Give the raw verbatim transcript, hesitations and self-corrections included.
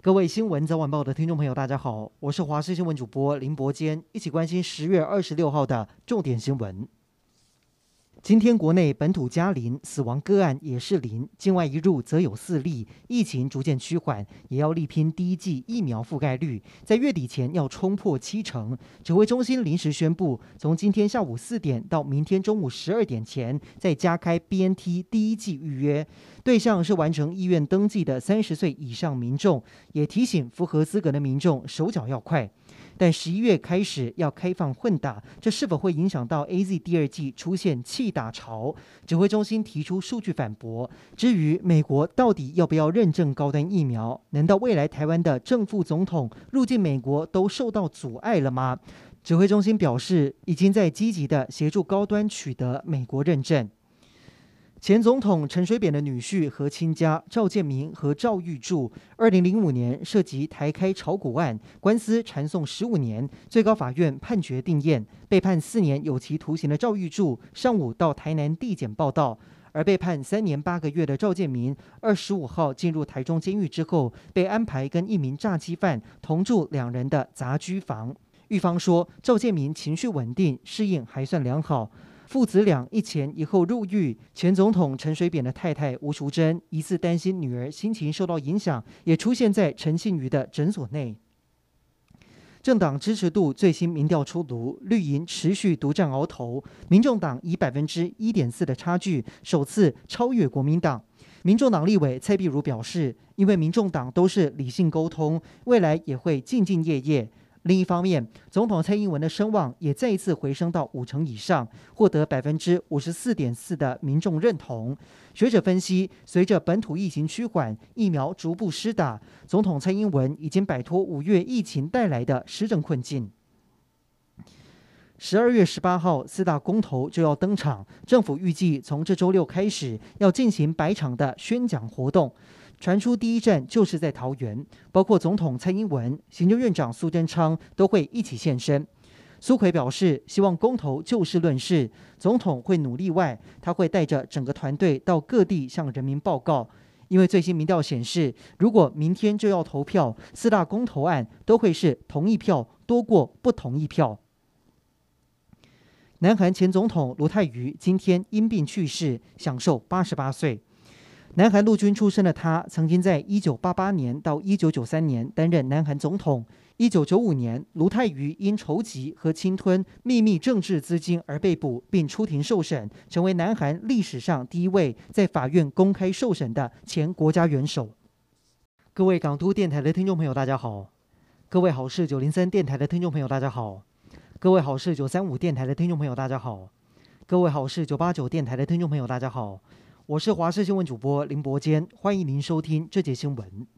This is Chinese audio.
各位新闻早晚报的听众朋友，大家好，我是华视新闻主播林伯坚，一起关心十月二十六号的重点新闻。今天国内本土加零，死亡个案也是零，境外一入则有四例，疫情逐渐趋缓，也要力拼第一剂疫苗覆盖率，在月底前要冲破七成。指挥中心临时宣布，从今天下午四点到明天中午十二点前，再加开 B N T 第一剂预约，对象是完成医院登记的三十岁以上民众，也提醒符合资格的民众手脚要快。但十一月开始要开放混打，这是否会影响到 A Z 第二季出现弃打潮？指挥中心提出数据反驳。至于美国到底要不要认证高端疫苗？难道未来台湾的正副总统入境美国都受到阻碍了吗？指挥中心表示，已经在积极的协助高端取得美国认证。前总统陈水扁的女婿和亲家赵建明和赵玉柱，二零零五年涉及台开炒股案，官司缠讼十五年，最高法院判决定谳，被判四年有期徒刑的赵玉柱上午到台南地检报到，而被判三年八个月的赵建明，二十五号进入台中监狱之后，被安排跟一名诈欺犯同住两人的杂居房。狱方说，赵建明情绪稳定，适应还算良好。父子俩一前一后入狱，前总统陈水扁的太太吴淑珍疑似担心女儿心情受到影响，也出现在陈信瑜的诊所内。政党支持度最新民调出炉，绿营持续独占鳌头，民众党以百分之一点四的差距首次超越国民党。民众党立委蔡壁如表示，因为民众党都是理性沟通，未来也会兢兢业业。另一方面，总统蔡英文的声望也再一次回升到五成以上，获得百分之五十四点四的民众认同。学者分析，随着本土疫情趋缓，疫苗逐步施打，总统蔡英文已经摆脱五月疫情带来的施政困境。十二月十八号，四大公投就要登场，政府预计从这周六开始要进行百场的宣讲活动。传出第一站就是在桃园，包括总统蔡英文、行政院长苏贞昌都会一起现身。苏揆表示，希望公投就事论事，总统会努力外，他会带着整个团队到各地向人民报告。因为最新民调显示，如果明天就要投票，四大公投案都会是同意票多过不同意票。南韩前总统卢泰愚今天因病去世，享寿八十八岁。南韩陆军出身的他，曾经在一九八八年到一九九三年担任南韩总统。一九九五年，卢泰愚因筹集和侵吞秘密政治资金而被捕，并出庭受审，成为南韩历史上第一位在法院公开受审的前国家元首。各位港都电台的听众朋友，大家好；各位好事九零三电台的听众朋友，大家好；各位好事九三五电台的听众朋友，大家好；各位好事九八九电台的听众朋友，大家好。我是华视新闻主播林伯坚，欢迎您收听这节新闻。